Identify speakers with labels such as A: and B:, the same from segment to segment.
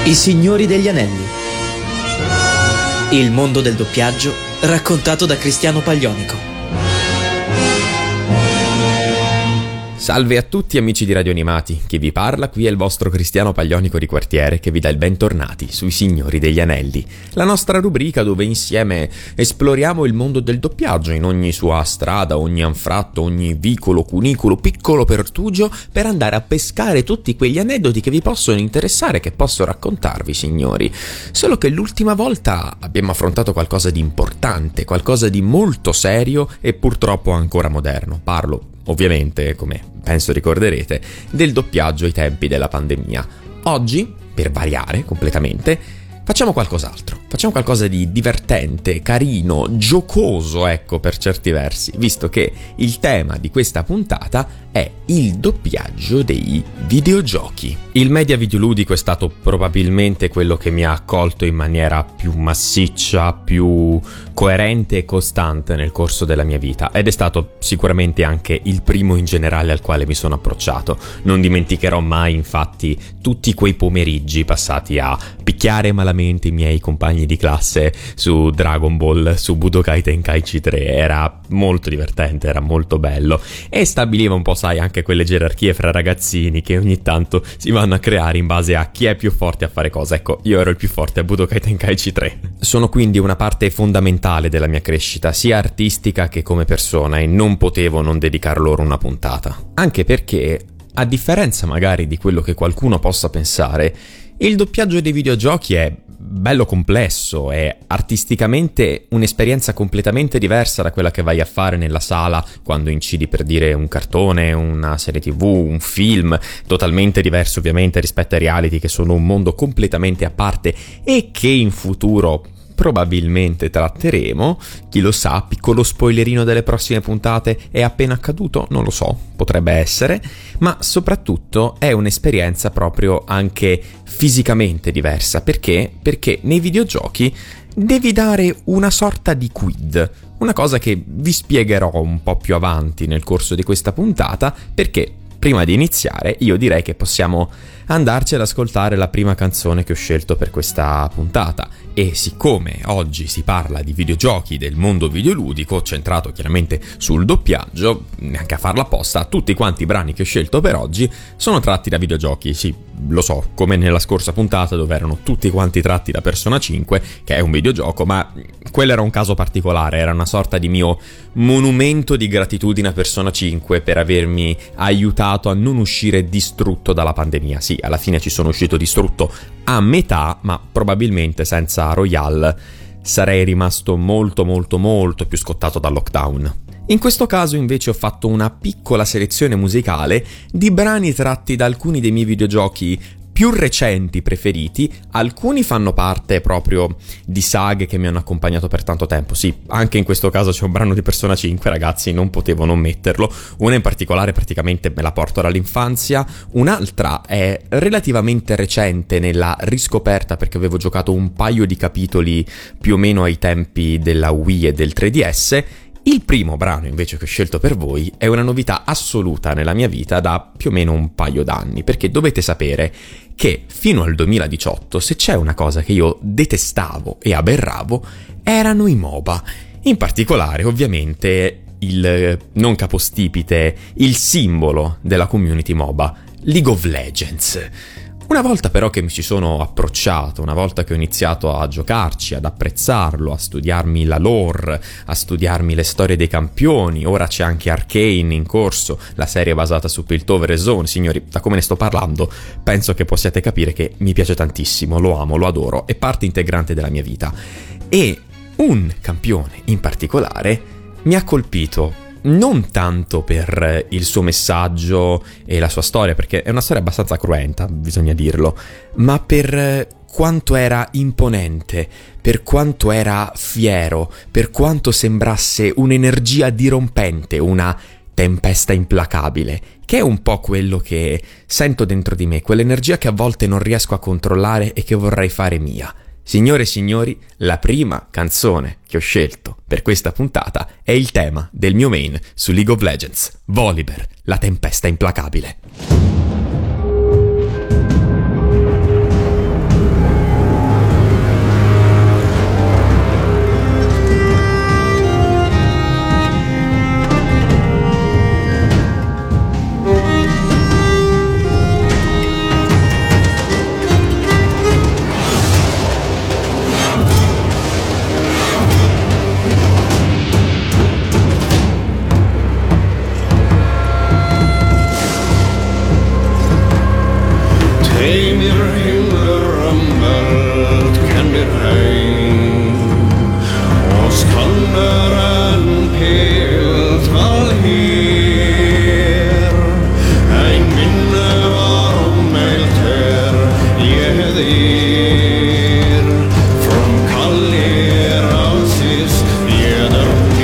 A: I Signori degli Anelli. Il mondo del doppiaggio raccontato da Cristiano Paglionico.
B: Salve a tutti amici di Radio Animati, chi vi parla qui è il vostro Cristiano Paglionico di quartiere che vi dà il bentornati sui Signori degli Anelli, la nostra rubrica dove insieme esploriamo il mondo del doppiaggio in ogni sua strada, ogni anfratto, ogni vicolo, cunicolo, piccolo pertugio per andare a pescare tutti quegli aneddoti che vi possono interessare, che posso raccontarvi signori. Solo che l'ultima volta abbiamo affrontato qualcosa di importante, qualcosa di molto serio e purtroppo ancora moderno. Parlo ovviamente, come penso ricorderete, del doppiaggio ai tempi della pandemia. Oggi, per variare completamente, facciamo qualcos'altro. Facciamo qualcosa di divertente, carino, giocoso, ecco, per certi versi, visto che il tema di questa puntata è il doppiaggio dei videogiochi. Il media videoludico è stato probabilmente quello che mi ha accolto in maniera più massiccia, più coerente e costante nel corso della mia vita, ed è stato sicuramente anche il primo in generale al quale mi sono approcciato. Non dimenticherò mai, infatti, tutti quei pomeriggi passati a picchiare malamente i miei compagni di classe su Dragon Ball, su Budokai Tenkaichi 3. Era molto divertente, era molto bello e stabiliva un po', sai, anche quelle gerarchie fra ragazzini che ogni tanto si vanno a creare in base a chi è più forte a fare cosa. Ecco, io ero il più forte a Budokai Tenkaichi 3. Sono quindi una parte fondamentale della mia crescita, sia artistica che come persona, e non potevo non dedicar loro una puntata. Anche perché, a differenza magari di quello che qualcuno possa pensare, il doppiaggio dei videogiochi è bello complesso, è artisticamente un'esperienza completamente diversa da quella che vai a fare nella sala quando incidi, per dire, un cartone, una serie TV, un film, totalmente diverso ovviamente rispetto ai reality, che sono un mondo completamente a parte e che in futuro probabilmente tratteremo. Chi lo sa, piccolo spoilerino delle prossime puntate, è appena accaduto? Non lo so, potrebbe essere, ma soprattutto è un'esperienza proprio anche fisicamente diversa. Perché? Perché nei videogiochi devi dare una sorta di quid, una cosa che vi spiegherò un po' più avanti nel corso di questa puntata, perché prima di iniziare io direi che possiamo andarci ad ascoltare la prima canzone che ho scelto per questa puntata. E siccome oggi si parla di videogiochi, del mondo videoludico, centrato chiaramente sul doppiaggio, neanche a farla apposta, tutti quanti i brani che ho scelto per oggi sono tratti da videogiochi. Sì, lo so, come nella scorsa puntata dove erano tutti quanti tratti da Persona 5, che è un videogioco, ma quello era un caso particolare, era una sorta di mio monumento di gratitudine a Persona 5 per avermi aiutato a non uscire distrutto dalla pandemia. Sì, alla fine ci sono uscito distrutto a metà, ma probabilmente senza Royale sarei rimasto molto più scottato dal lockdown. In questo caso invece ho fatto una piccola selezione musicale di brani tratti da alcuni dei miei videogiochi più recenti preferiti. Alcuni fanno parte proprio di saghe che mi hanno accompagnato per tanto tempo. Sì, anche in questo caso c'è un brano di Persona 5, ragazzi, non potevo non metterlo. Una in particolare praticamente me la porto dall'infanzia, un'altra è relativamente recente nella riscoperta perché avevo giocato un paio di capitoli più o meno ai tempi della Wii e del 3DS. Il primo brano invece che ho scelto per voi è una novità assoluta nella mia vita da più o meno un paio d'anni, perché dovete sapere che fino al 2018, se c'è una cosa che io detestavo e aberravo, erano i MOBA. In particolare, ovviamente, il non capostipite, il simbolo della community MOBA, League of Legends. Una volta però che mi ci sono approcciato, una volta che ho iniziato a giocarci, ad apprezzarlo, a studiarmi la lore, a studiarmi le storie dei campioni, ora c'è anche Arcane in corso, la serie basata su Piltover e Zone. Signori, da come ne sto parlando, penso che possiate capire che mi piace tantissimo, lo amo, lo adoro, è parte integrante della mia vita. E un campione in particolare mi ha colpito, non tanto per il suo messaggio e la sua storia, perché è una storia abbastanza cruenta, bisogna dirlo, ma per quanto era imponente, per quanto era fiero, per quanto sembrasse un'energia dirompente, una tempesta implacabile, che è un po' quello che sento dentro di me, quell'energia che a volte non riesco a controllare e che vorrei fare mia. Signore e signori, la prima canzone che ho scelto per questa puntata è il tema del mio main su League of Legends, Volibear, la tempesta implacabile.
C: Heimir himlur ömmöld kennir heim og skannar en pilt val hér ein minne var meilt her ég þér from kallir ásis ég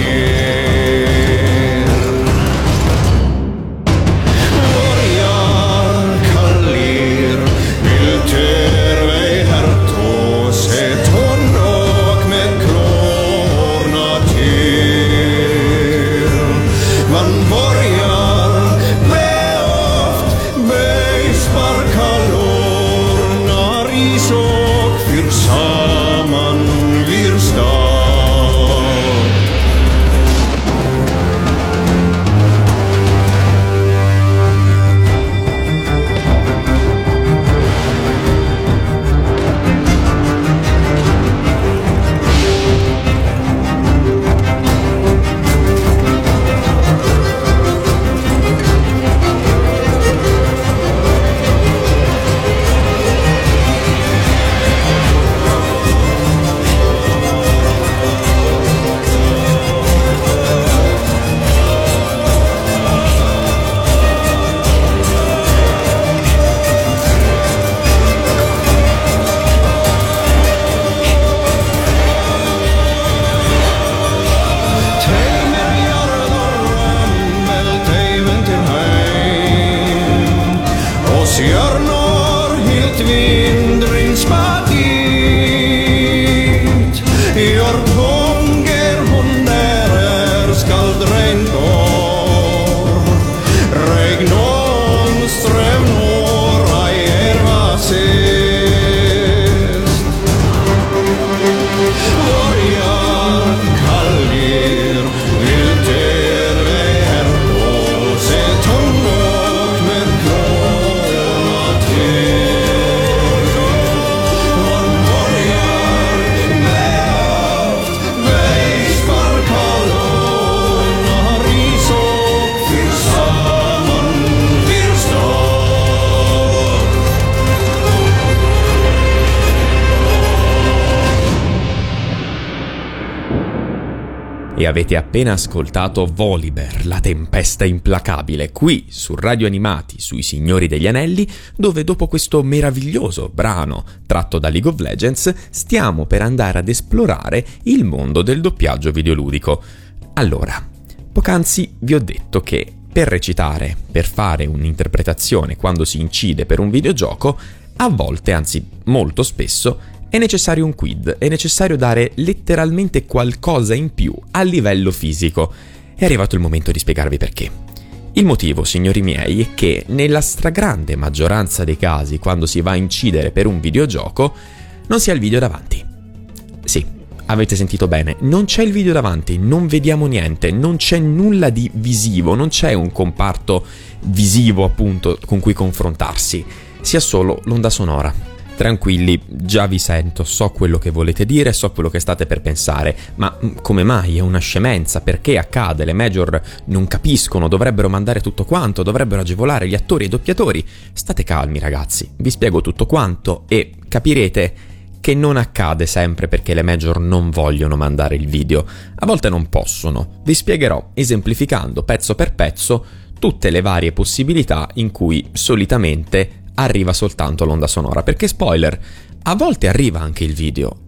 B: E avete appena ascoltato Volibear, la tempesta implacabile, qui su Radio Animati, sui Signori degli Anelli, dove dopo questo meraviglioso brano tratto da League of Legends stiamo per andare ad esplorare il mondo del doppiaggio videoludico. Allora, poc'anzi vi ho detto che per recitare, per fare un'interpretazione quando si incide per un videogioco, a volte, anzi molto spesso, è necessario un quid, è necessario dare letteralmente qualcosa in più a livello fisico. È arrivato il momento di spiegarvi perché. Il motivo, signori miei, è che nella stragrande maggioranza dei casi, quando si va a incidere per un videogioco, non si ha il video davanti. Sì, avete sentito bene, non c'è il video davanti, non vediamo niente, non c'è nulla di visivo, non c'è un comparto visivo appunto con cui confrontarsi, sia solo l'onda sonora. Tranquilli, già vi sento, so quello che volete dire, so quello che state per pensare, ma come mai? È una scemenza, perché accade? Le major non capiscono, dovrebbero mandare tutto quanto, dovrebbero agevolare gli attori e i doppiatori. State calmi ragazzi, vi spiego tutto quanto e capirete che non accade sempre perché le major non vogliono mandare il video, a volte non possono. Vi spiegherò, esemplificando pezzo per pezzo, tutte le varie possibilità in cui solitamente arriva soltanto l'onda sonora, perché spoiler, a volte arriva anche il video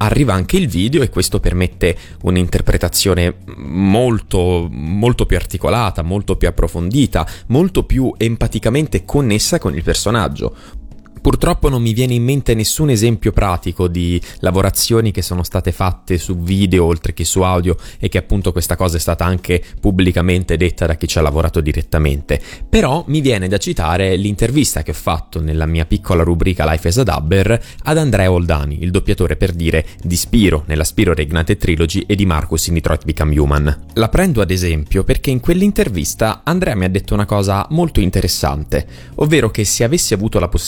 B: e questo permette un'interpretazione molto più articolata, molto più approfondita, molto più empaticamente connessa con il personaggio. Purtroppo non mi viene in mente nessun esempio pratico di lavorazioni che sono state fatte su video oltre che su audio e che appunto questa cosa è stata anche pubblicamente detta da chi ci ha lavorato direttamente. Però mi viene da citare l'intervista che ho fatto nella mia piccola rubrica Life as a Dubber ad Andrea Oldani, il doppiatore per dire di Spyro nella Spyro Reignited Trilogy e di Marcus in Detroit Become Human. La prendo ad esempio perché in quell'intervista Andrea mi ha detto una cosa molto interessante, ovvero che se avessi avuto la possibilità di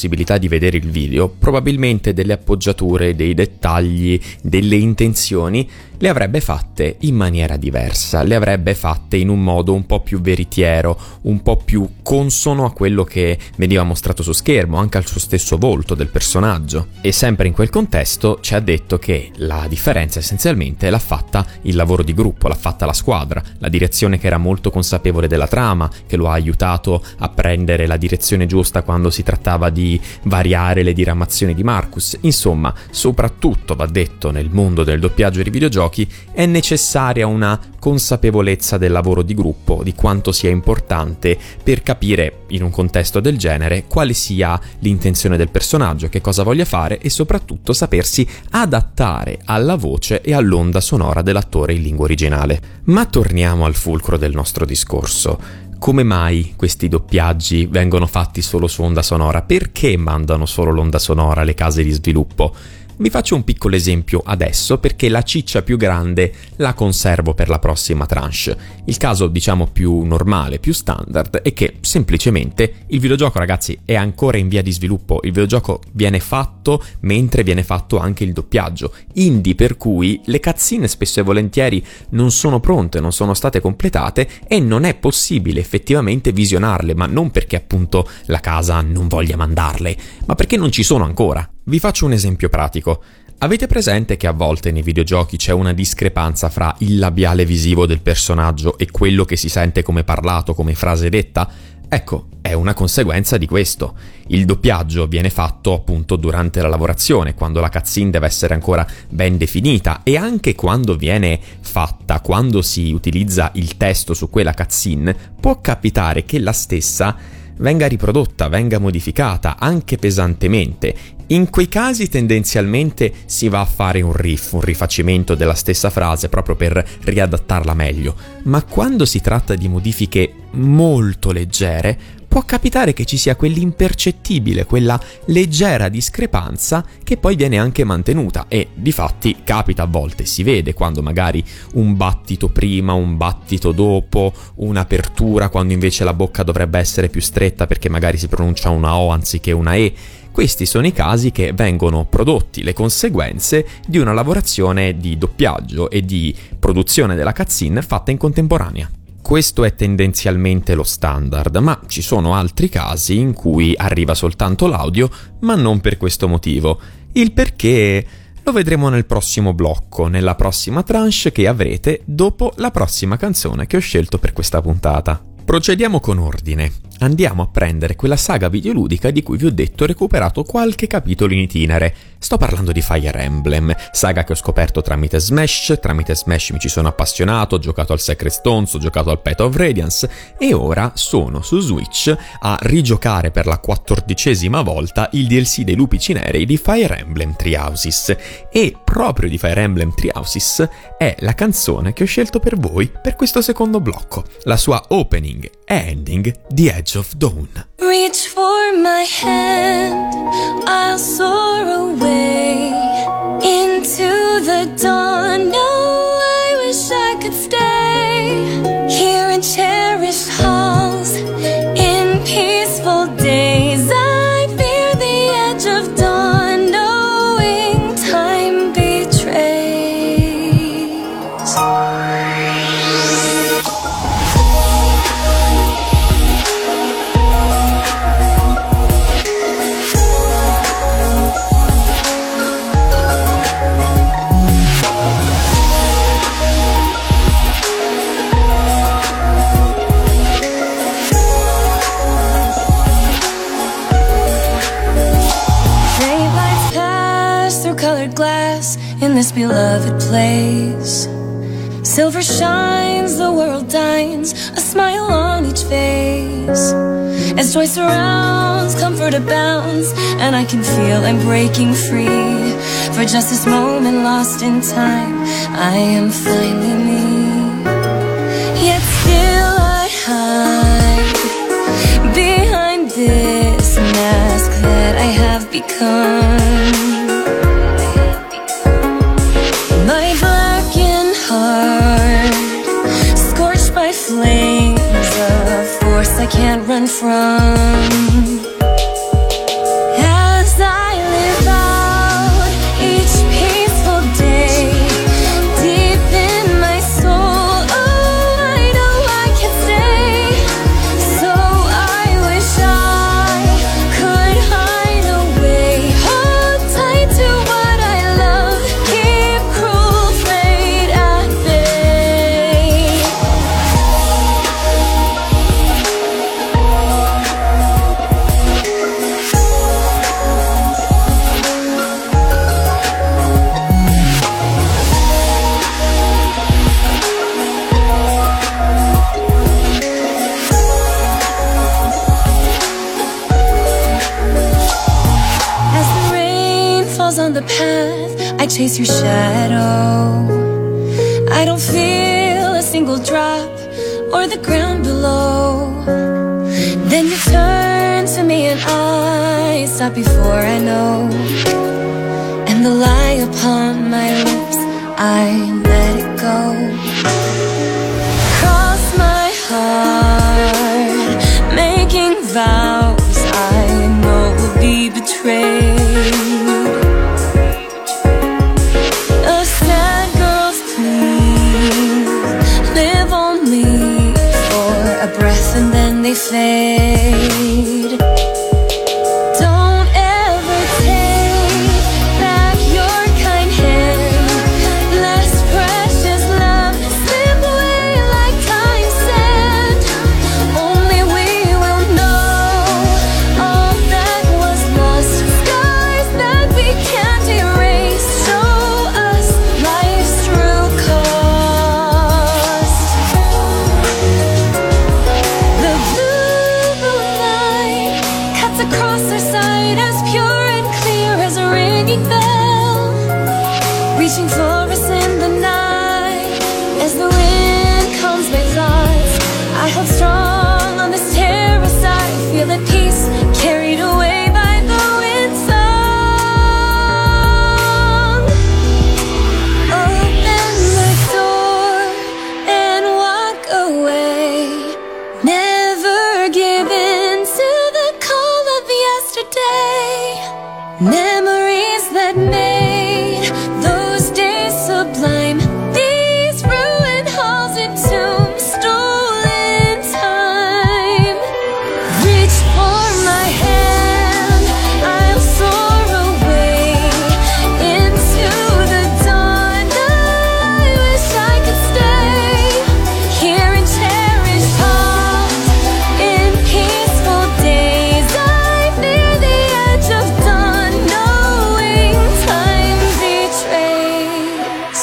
B: di vedere il video, probabilmente delle appoggiature, dei dettagli, delle intenzioni le avrebbe fatte in maniera diversa, le avrebbe fatte in un modo un po' più veritiero, un po' più consono a quello che veniva mostrato su schermo, anche al suo stesso volto del personaggio. E sempre in quel contesto ci ha detto che la differenza essenzialmente l'ha fatta il lavoro di gruppo, l'ha fatta la squadra, la direzione che era molto consapevole della trama, che lo ha aiutato a prendere la direzione giusta quando si trattava di variare le diramazioni di Marcus. Insomma, soprattutto va detto nel mondo del doppiaggio e dei videogiochi è necessaria una consapevolezza del lavoro di gruppo, di quanto sia importante per capire in un contesto del genere quale sia l'intenzione del personaggio, che cosa voglia fare e soprattutto sapersi adattare alla voce e all'onda sonora dell'attore in lingua originale. Ma torniamo al fulcro del nostro discorso. Come mai questi doppiaggi vengono fatti solo su onda sonora? Perché mandano solo l'onda sonora alle case di sviluppo? Vi faccio un piccolo esempio adesso perché la ciccia più grande la conservo per la prossima tranche. Il caso, diciamo, più normale, più standard, è che semplicemente il videogioco, ragazzi, è ancora in via di sviluppo. Il videogioco viene fatto mentre viene fatto anche il doppiaggio. Indie, per cui le cutscene spesso e volentieri non sono pronte, non sono state completate e non è possibile effettivamente visionarle, ma non perché appunto la casa non voglia mandarle, ma perché non ci sono ancora. Vi faccio un esempio pratico. Avete presente che a volte nei videogiochi c'è una discrepanza fra il labiale visivo del personaggio e quello che si sente come parlato, come frase detta? Ecco, è una conseguenza di questo. Il doppiaggio viene fatto appunto durante la lavorazione, quando la cutscene deve essere ancora ben definita, e anche quando viene fatta, quando si utilizza il testo su quella cutscene, può capitare che la stessa venga riprodotta, venga modificata, anche pesantemente. In quei casi tendenzialmente si va a fare un rifacimento della stessa frase proprio per riadattarla meglio, ma quando si tratta di modifiche molto leggere può capitare che ci sia quell'impercettibile, quella leggera discrepanza che poi viene anche mantenuta e difatti capita a volte, si vede quando magari un battito prima, un battito dopo, un'apertura quando invece la bocca dovrebbe essere più stretta perché magari si pronuncia una O anziché una E. Questi sono i casi che vengono prodotti, le conseguenze di una lavorazione di doppiaggio e di produzione della cutscene fatta in contemporanea. Questo è tendenzialmente lo standard, ma ci sono altri casi in cui arriva soltanto l'audio, ma non per questo motivo. Il perché lo vedremo nel prossimo blocco, nella prossima tranche che avrete dopo la prossima canzone che ho scelto per questa puntata. Procediamo con ordine. Andiamo a prendere quella saga videoludica di cui vi ho detto ho recuperato qualche capitolo in itinere. Sto parlando di Fire Emblem, saga che ho scoperto tramite Smash mi ci sono appassionato, ho giocato al Sacred Stones, ho giocato al Path of Radiance e ora sono su Switch a rigiocare per la 14ª volta il DLC dei Lupi Cinerei di Fire Emblem Three Houses. E proprio di Fire Emblem Three Houses è la canzone che ho scelto per voi per questo secondo blocco, la sua opening e ending The Edge of Dawn.
D: Reach for my hand, I'll soar away into the dawn. No, I wish I could stay here in cherished halls, in peaceful days. I fear the edge of dawn, knowing time betrays. Glass in this beloved place, silver shines, the world dines, a smile on each face. As joy surrounds, comfort abounds, and I can feel I'm breaking free. For just this moment lost in time, I am finally me. Yet still I hide behind this mask that I have become. Flames of force I can't run from. As falls on the path, I chase your shadow. I don't feel a single drop or the ground below. Then you turn to me and I stop before I know. And the lie upon my lips, I let it go. Cross my heart, making vows I know will be betrayed. A sad girl's plea, live only for a breath and then they fade. Don't ever take back your kind hand. Less precious love slip away like time sand. Only we will know all that was lost. Scars that we can't erase show us life's true cost. The blue moonlight cuts across our sight as pure and clear as a ringing bell, reaching for us in the night. As the wind calms my thoughts, I hold strong on this terrace. I feel at peace, carried away by the wind's song. Open the door and walk away. Never give in to the call of yesterday. Memories that made those days sublime. These ruined halls and tombs, stolen time. Reach for my hand, I'll soar away into the dawn. I wish I could stay here and cherish past in peaceful days. I fear the edge of dawn, knowing time betrays.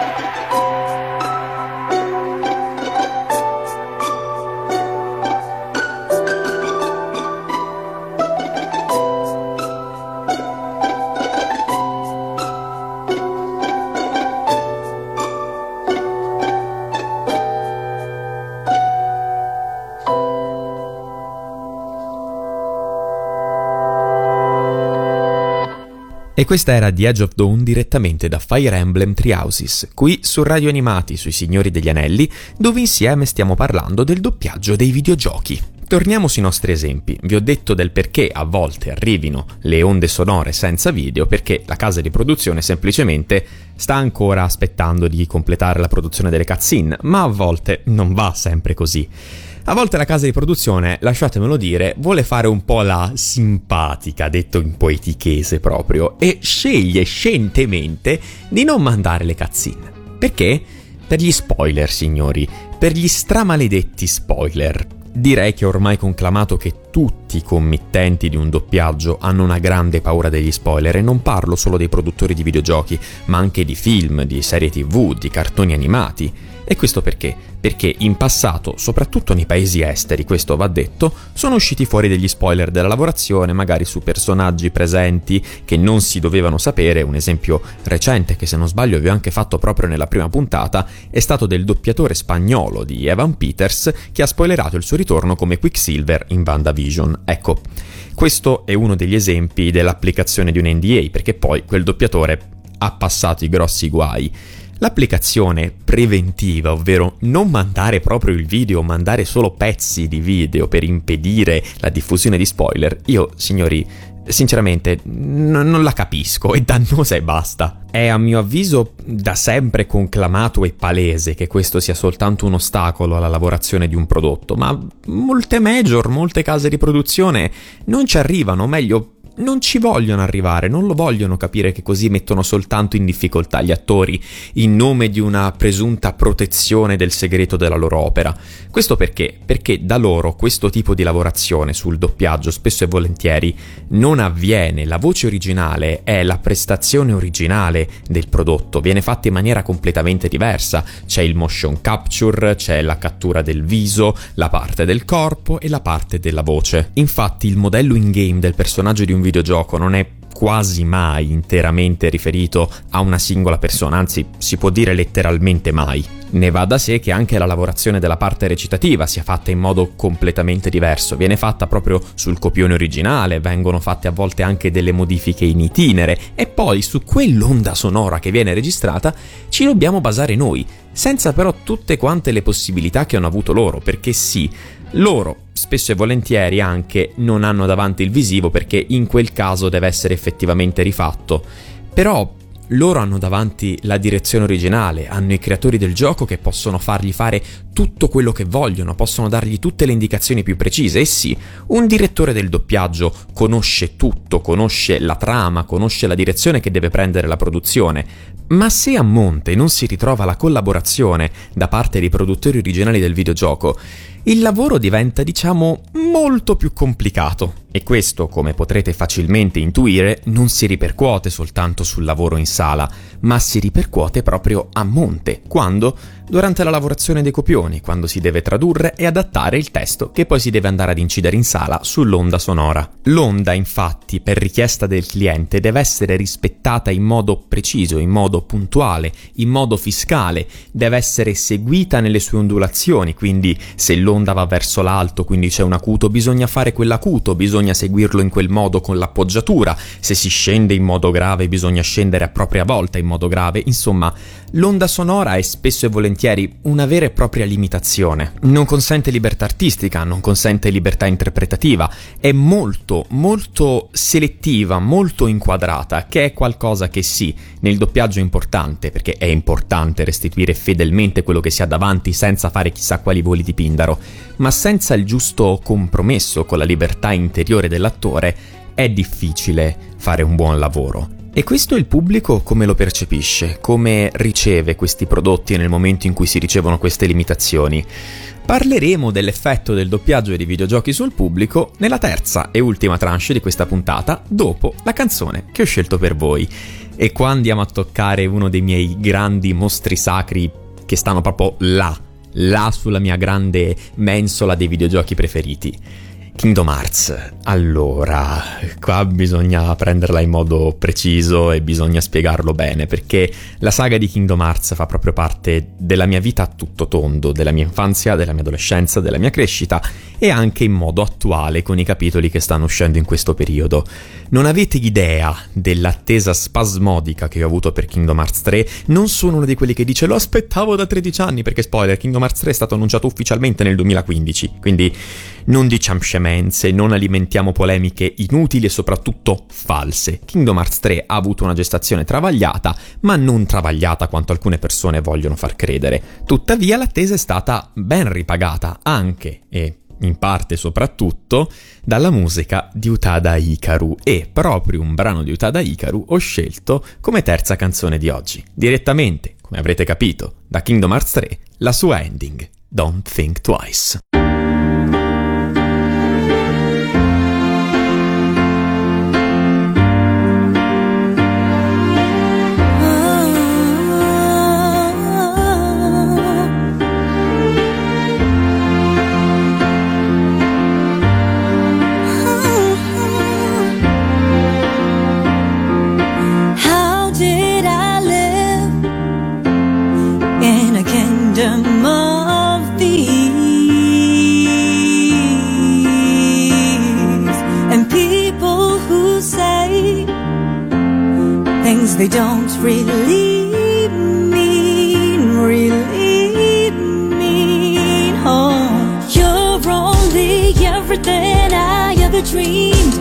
B: E questa era The Edge of Dawn direttamente da Fire Emblem Three Houses, qui su Radio Animati sui Signori degli Anelli, dove insieme stiamo parlando del doppiaggio dei videogiochi. Torniamo sui nostri esempi. Vi ho detto del perché a volte arrivino le onde sonore senza video, perché la casa di produzione semplicemente sta ancora aspettando di completare la produzione delle cutscene, ma a volte non va sempre così. A volte la casa di produzione, lasciatemelo dire, vuole fare un po' la simpatica, detto in poetichese proprio, e sceglie scientemente di non mandare le cutscene. Perché? Per gli spoiler, signori, per gli stramaledetti spoiler. Direi che è ormai conclamato che tutti i committenti di un doppiaggio hanno una grande paura degli spoiler, e non parlo solo dei produttori di videogiochi, ma anche di film, di serie TV, di cartoni animati. E questo perché? Perché in passato, soprattutto nei paesi esteri, questo va detto, sono usciti fuori degli spoiler della lavorazione, magari su personaggi presenti che non si dovevano sapere. Un esempio recente, che se non sbaglio vi ho anche fatto proprio nella prima puntata, è stato del doppiatore spagnolo di Evan Peters, che ha spoilerato il suo ritorno come Quicksilver in WandaVision. Ecco, questo è uno degli esempi dell'applicazione di un NDA, perché poi quel doppiatore ha passato i grossi guai. L'applicazione preventiva, ovvero non mandare proprio il video, mandare solo pezzi di video per impedire la diffusione di spoiler, io, signori, sinceramente non la capisco, è dannosa e basta. È a mio avviso da sempre conclamato e palese che questo sia soltanto un ostacolo alla lavorazione di un prodotto, ma molte major, molte case di produzione non ci arrivano, o meglio, non ci vogliono arrivare, non lo vogliono capire, che così mettono soltanto in difficoltà gli attori in nome di una presunta protezione del segreto della loro opera. Questo perché? Perché da loro questo tipo di lavorazione sul doppiaggio spesso e volentieri non avviene. La voce originale è la prestazione originale del prodotto, viene fatta in maniera completamente diversa. C'è il motion capture, c'è la cattura del viso, la parte del corpo e la parte della voce. Infatti il modello in-game del personaggio di un videogioco non è quasi mai interamente riferito a una singola persona, anzi si può dire letteralmente mai. Ne va da sé che anche la lavorazione della parte recitativa sia fatta in modo completamente diverso, viene fatta proprio sul copione originale, vengono fatte a volte anche delle modifiche in itinere e poi su quell'onda sonora che viene registrata ci dobbiamo basare noi, senza però tutte quante le possibilità che hanno avuto loro, perché sì, loro spesso e volentieri anche non hanno davanti il visivo perché in quel caso deve essere effettivamente rifatto, però loro hanno davanti la direzione originale, hanno i creatori del gioco che possono fargli fare tutto quello che vogliono, possono dargli tutte le indicazioni più precise. E sì, un direttore del doppiaggio conosce tutto, conosce la trama, conosce la direzione che deve prendere la produzione, ma se a monte non si ritrova la collaborazione da parte dei produttori originali del videogioco, il lavoro diventa, diciamo, molto più complicato. E questo, come potrete facilmente intuire, non si ripercuote soltanto sul lavoro in sala, ma si ripercuote proprio a monte, quando? Durante la lavorazione dei copioni, quando si deve tradurre e adattare il testo che poi si deve andare ad incidere in sala sull'onda sonora. L'onda, infatti, per richiesta del cliente, deve essere rispettata in modo preciso, in modo puntuale, in modo fiscale, deve essere seguita nelle sue ondulazioni, quindi se l'onda va verso l'alto, quindi c'è un acuto, bisogna fare quell'acuto, bisogna seguirlo in quel modo con l'appoggiatura, se si scende in modo grave bisogna scendere a propria volta in modo grave, insomma, l'onda sonora è spesso e volentieri una vera e propria limitazione. Non consente libertà artistica, non consente libertà interpretativa, è molto, molto selettiva, molto inquadrata, che è qualcosa che sì, nel doppiaggio è importante, perché è importante restituire fedelmente quello che si ha davanti senza fare chissà quali voli di Pindaro, ma senza il giusto compromesso con la libertà interiore dell'attore è difficile fare un buon lavoro. E questo il pubblico come lo percepisce, come riceve questi prodotti nel momento in cui si ricevono queste limitazioni. Parleremo dell'effetto del doppiaggio e dei videogiochi sul pubblico nella terza e ultima tranche di questa puntata, dopo la canzone che ho scelto per voi. E qua andiamo a toccare uno dei miei grandi mostri sacri che stanno proprio là sulla mia grande mensola dei videogiochi preferiti. Kingdom Hearts. Allora, qua bisogna prenderla in modo preciso e bisogna spiegarlo bene, perché la saga di Kingdom Hearts fa proprio parte della mia vita a tutto tondo, della mia infanzia, della mia adolescenza, della mia crescita e anche in modo attuale con i capitoli che stanno uscendo in questo periodo. Non avete idea dell'attesa spasmodica che ho avuto per Kingdom Hearts 3, non sono uno di quelli che dice lo aspettavo da 13 anni, perché spoiler, Kingdom Hearts 3 è stato annunciato ufficialmente nel 2015, quindi non diciamo scemenze, non alimentiamo polemiche inutili e soprattutto false. Kingdom Hearts 3 ha avuto una gestazione travagliata, ma non travagliata quanto alcune persone vogliono far credere. Tuttavia l'attesa è stata ben ripagata anche, e in parte soprattutto, dalla musica di Utada Hikaru, e proprio un brano di Utada Hikaru ho scelto come terza canzone di oggi. Direttamente, come avrete capito, da Kingdom Hearts 3, la sua ending, Don't Think Twice.
E: They don't really mean, oh. You're only everything I ever dreamed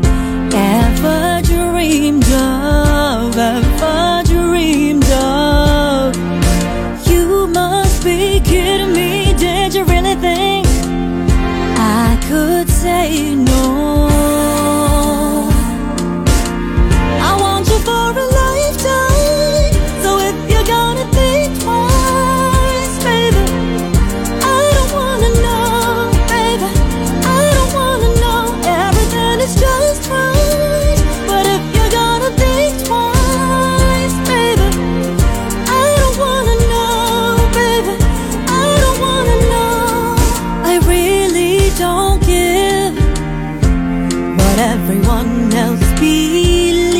E: of. You must be kidding me, did you really think I could say no? Everyone else believes.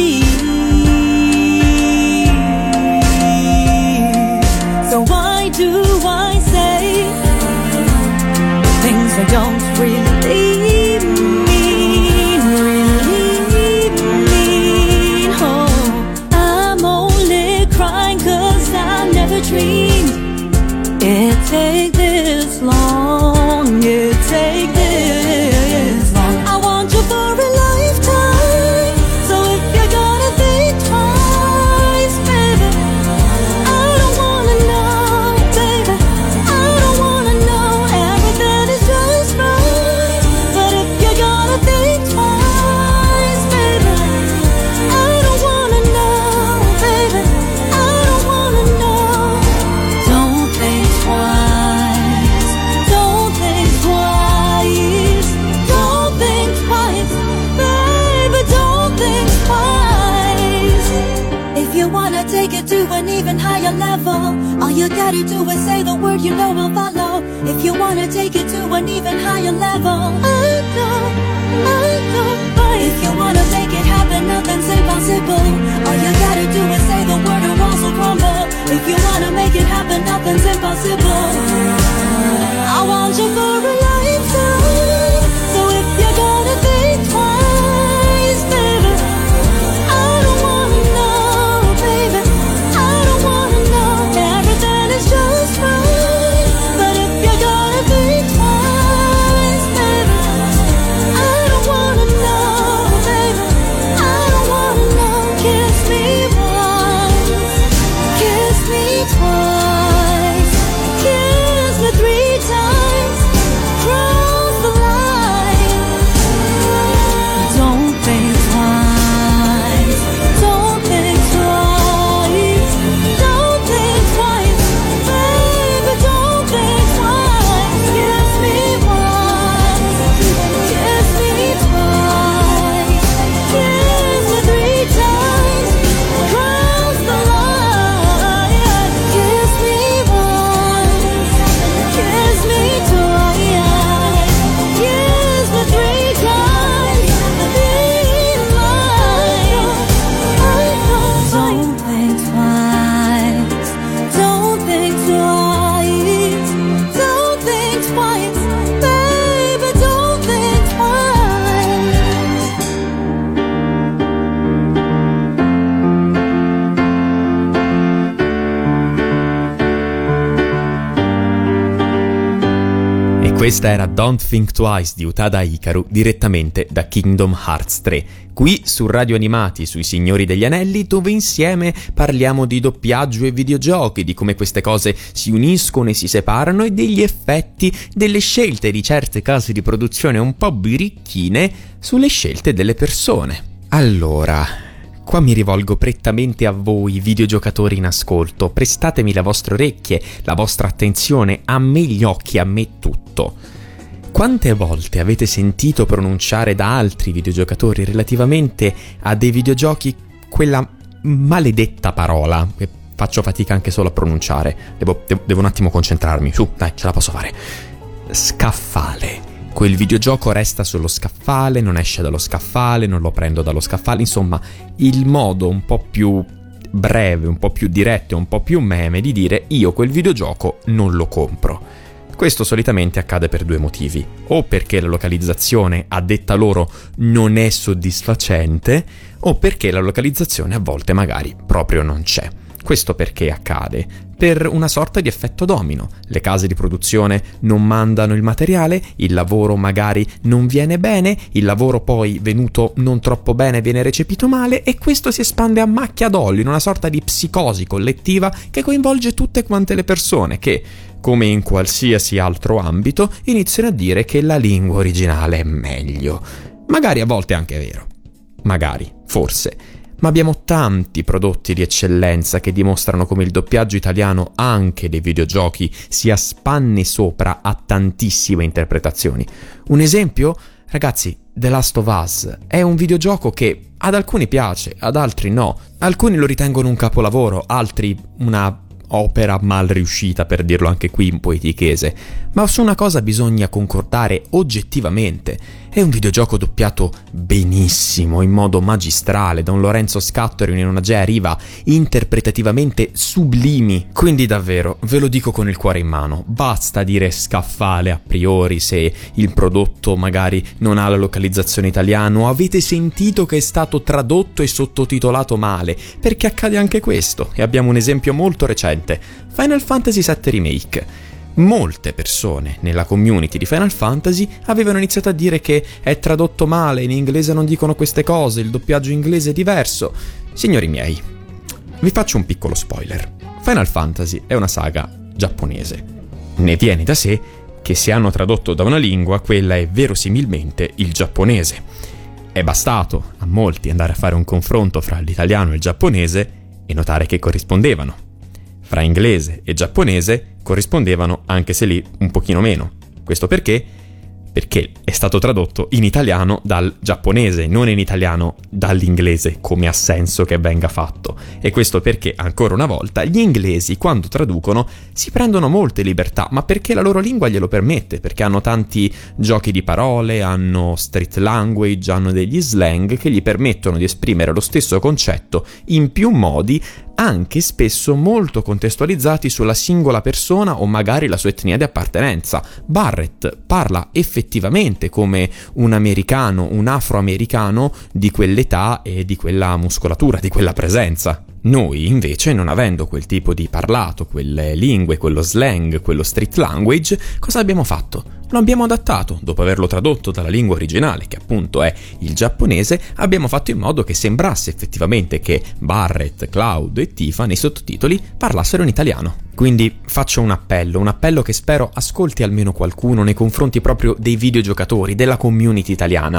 E: higher level. All you gotta do is say the word, you know I'll follow. If you wanna take it to an even higher level, I know. If you wanna make it happen, nothing's impossible. All you gotta do is say the word or walls will crumble. If you wanna make it happen, nothing's impossible. I want you for a lifetime. So if you're gonna think twice, baby, I don't wanna know, baby, I don't wanna know. Everything is just fine. But if you're gonna think twice, baby, I don't wanna know, baby, I don't wanna know. Kiss me once, kiss me twice, kiss me 3 times, cross the line. Don't think twice, don't think twice, don't think twice, baby, don't think twice. Kiss me once, kiss me twice, kiss me 3 times, cross the line. Kiss me once, kiss me twice, kiss me 3 times, be mine. Don't think twice, don't think twice, don't think twice, baby, don't think twice.
B: E questa era Don't Think Twice di Utada Hikaru, direttamente da Kingdom Hearts 3, qui su Radio Animati, sui Signori degli Anelli, dove insieme parliamo di doppiaggio e videogiochi, di come queste cose si uniscono e si separano e degli effetti delle scelte di certe case di produzione un po' birichine sulle scelte delle persone. Allora, qua mi rivolgo prettamente a voi, videogiocatori in ascolto. Prestatemi le vostre orecchie, la vostra attenzione, a me gli occhi, a me tutto. Quante volte avete sentito pronunciare da altri videogiocatori relativamente a dei videogiochi quella maledetta parola che faccio fatica anche solo a pronunciare? Devo un attimo concentrarmi. Su, dai, ce la posso fare. Scaffale. Quel videogioco resta sullo scaffale, non esce dallo scaffale, non lo prendo dallo scaffale. Insomma, il modo un po' più breve, un po' più diretto e un po' più meme di dire io quel videogioco non lo compro. Questo solitamente accade per 2 motivi: o perché la localizzazione, a detta loro, non è soddisfacente, o perché la localizzazione a volte magari proprio non c'è. Questo perché accade? Per una sorta di effetto domino. Le case di produzione non mandano il materiale, il lavoro magari non viene bene, il lavoro poi venuto non troppo bene viene recepito male e questo si espande a macchia d'olio in una sorta di psicosi collettiva che coinvolge tutte quante le persone che, come in qualsiasi altro ambito, iniziano a dire che la lingua originale è meglio. Magari a volte anche è vero. Magari, forse. Ma abbiamo tanti prodotti di eccellenza che dimostrano come il doppiaggio italiano anche dei videogiochi sia spanne sopra a tantissime interpretazioni. Un esempio? Ragazzi, The Last of Us è un videogioco che ad alcuni piace, ad altri no. Alcuni lo ritengono un capolavoro, altri una opera mal riuscita, per dirlo anche qui in poetichese. Ma su una cosa bisogna concordare oggettivamente: è un videogioco doppiato benissimo, in modo magistrale, da un Lorenzo Scattori e una Gea Riva interpretativamente sublimi. Quindi davvero, ve lo dico con il cuore in mano, basta dire scaffale a priori se il prodotto magari non ha la localizzazione italiana o avete sentito che è stato tradotto e sottotitolato male, perché accade anche questo, e abbiamo un esempio molto recente: Final Fantasy VII Remake. Molte persone nella community di Final Fantasy avevano iniziato a dire che è tradotto male, in inglese non dicono queste cose, il doppiaggio inglese è diverso. Signori miei, vi faccio un piccolo spoiler. Final Fantasy è una saga giapponese. Ne viene da sé che se hanno tradotto da una lingua, quella è verosimilmente il giapponese. È bastato a molti andare a fare un confronto fra l'italiano e il giapponese e notare che corrispondevano. Fra inglese e giapponese corrispondevano, anche se lì un pochino meno. Questo perché perché è stato tradotto in italiano dal giapponese, non in italiano dall'inglese, come ha senso che venga fatto. E questo perché, ancora una volta, gli inglesi quando traducono si prendono molte libertà, ma perché la loro lingua glielo permette, perché hanno tanti giochi di parole, hanno street language, hanno degli slang che gli permettono di esprimere lo stesso concetto in più modi, anche spesso molto contestualizzati sulla singola persona o magari la sua etnia di appartenenza. Barrett parla effettivamente come un americano, un afroamericano di quell'età e di quella muscolatura, di quella presenza. Noi, invece, non avendo quel tipo di parlato, quelle lingue, quello slang, quello street language, cosa abbiamo fatto? Lo abbiamo adattato, dopo averlo tradotto dalla lingua originale, che appunto è il giapponese, abbiamo fatto in modo che sembrasse effettivamente che Barrett, Cloud e Tifa nei sottotitoli parlassero in italiano. Quindi faccio un appello che spero ascolti almeno qualcuno nei confronti proprio dei videogiocatori, della community italiana.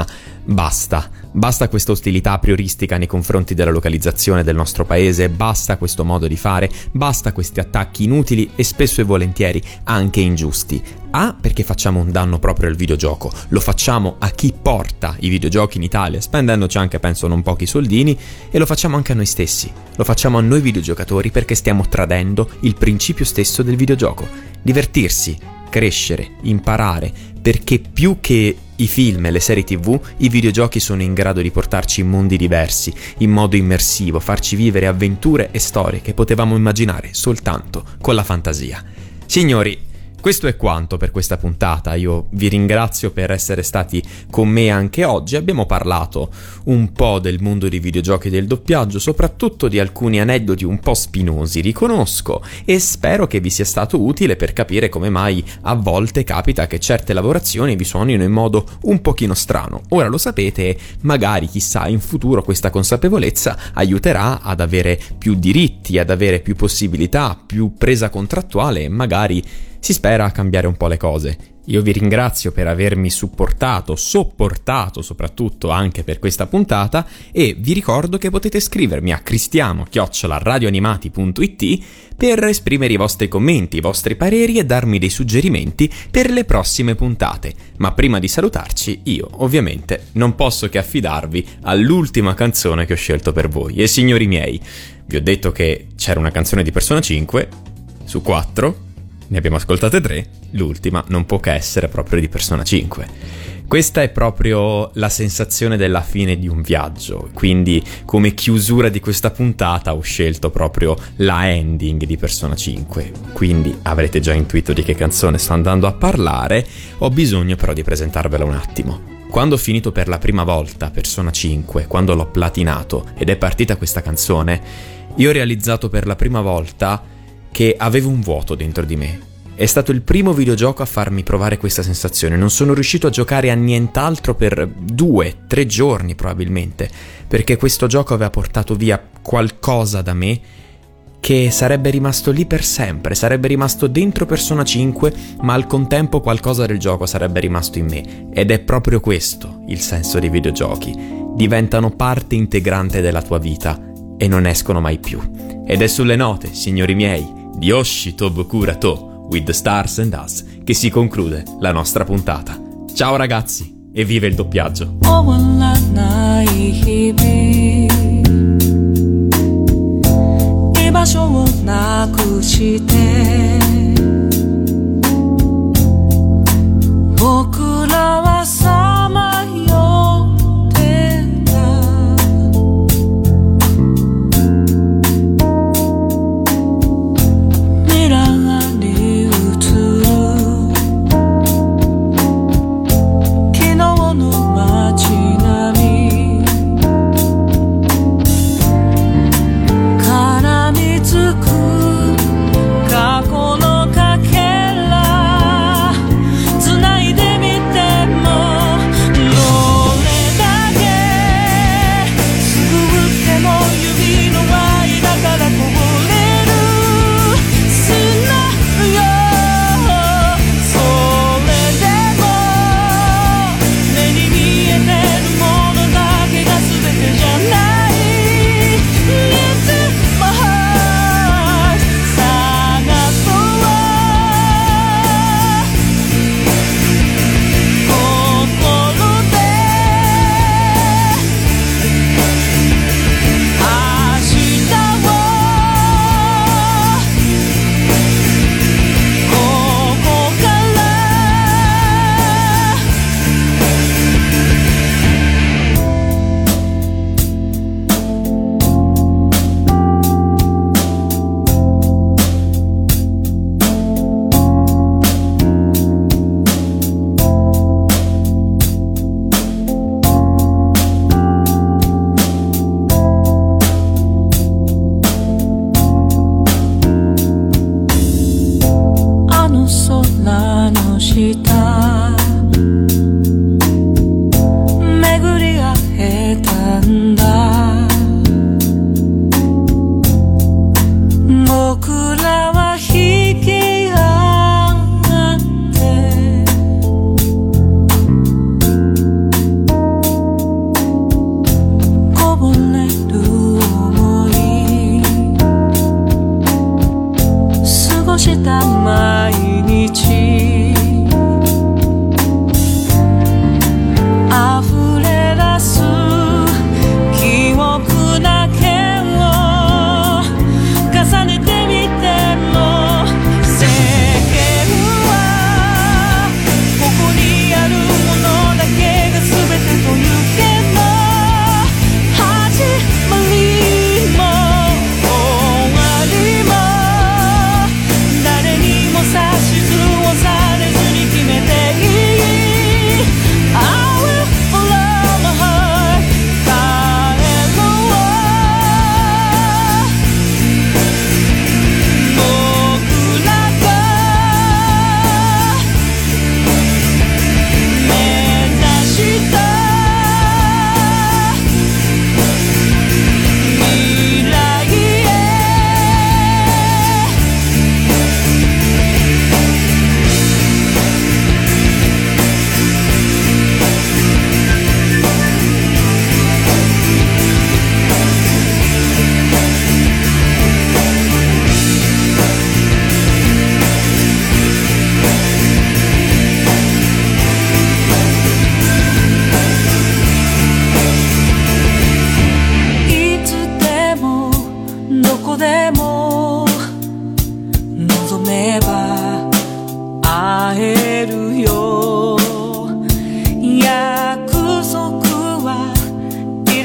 B: Basta questa ostilità a prioristica nei confronti della localizzazione del nostro paese, basta questo modo di fare, basta questi attacchi inutili e spesso e volentieri anche ingiusti. Perché facciamo un danno proprio al videogioco, lo facciamo a chi porta i videogiochi in Italia, spendendoci anche, penso, non pochi soldini, e lo facciamo anche a noi stessi, lo facciamo a noi videogiocatori perché stiamo tradendo il principio stesso del videogioco: divertirsi, crescere, imparare, perché più che i film e le serie TV, i videogiochi sono in grado di portarci in mondi diversi, in modo immersivo, farci vivere avventure e storie che potevamo immaginare soltanto con la fantasia. Signori, questo è quanto per questa puntata. Io vi ringrazio per essere stati con me anche oggi. Abbiamo parlato un po' del mondo dei videogiochi e del doppiaggio, soprattutto di alcuni aneddoti un po' spinosi, riconosco, e spero che vi sia stato utile per capire come mai a volte capita che certe lavorazioni vi suonino in modo un pochino strano. Ora lo sapete e magari, chissà, in futuro questa consapevolezza aiuterà ad avere più diritti, ad avere più possibilità, più presa contrattuale e magari si spera a cambiare un po' le cose. Io vi ringrazio per avermi sopportato soprattutto anche per questa puntata, e vi ricordo che potete scrivermi a cristiano@radioanimati.it per esprimere i vostri commenti, i vostri pareri e darmi dei suggerimenti per le prossime puntate. Ma prima di salutarci, io ovviamente non posso che affidarvi all'ultima canzone che ho scelto per voi. E signori miei, vi ho detto che c'era una canzone di Persona 5 su 4, ne abbiamo ascoltate 3, l'ultima non può che essere proprio di Persona 5. Questa è proprio la sensazione della fine di un viaggio, quindi come chiusura di questa puntata ho scelto proprio la ending di Persona 5, quindi avrete già intuito di che canzone sto andando a parlare. Ho bisogno però di presentarvela un attimo. Quando ho finito per la prima volta Persona 5, quando l'ho platinato ed è partita questa canzone, io ho realizzato per la prima volta che avevo un vuoto dentro di me. È stato il primo videogioco a farmi provare questa sensazione. Non sono riuscito a giocare a nient'altro per 2-3 giorni probabilmente, perché questo gioco aveva portato via qualcosa da me che sarebbe rimasto lì per sempre, sarebbe rimasto dentro Persona 5, ma al contempo qualcosa del gioco sarebbe rimasto in me. Ed è proprio questo il senso dei videogiochi: diventano parte integrante della tua vita e non escono mai più. Ed è sulle note, signori miei, di Oshi Tobukura To With the Stars and Us che si conclude la nostra puntata. Ciao ragazzi e viva il doppiaggio!
F: Tsunami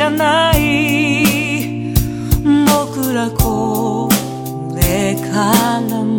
F: らない僕らこれからも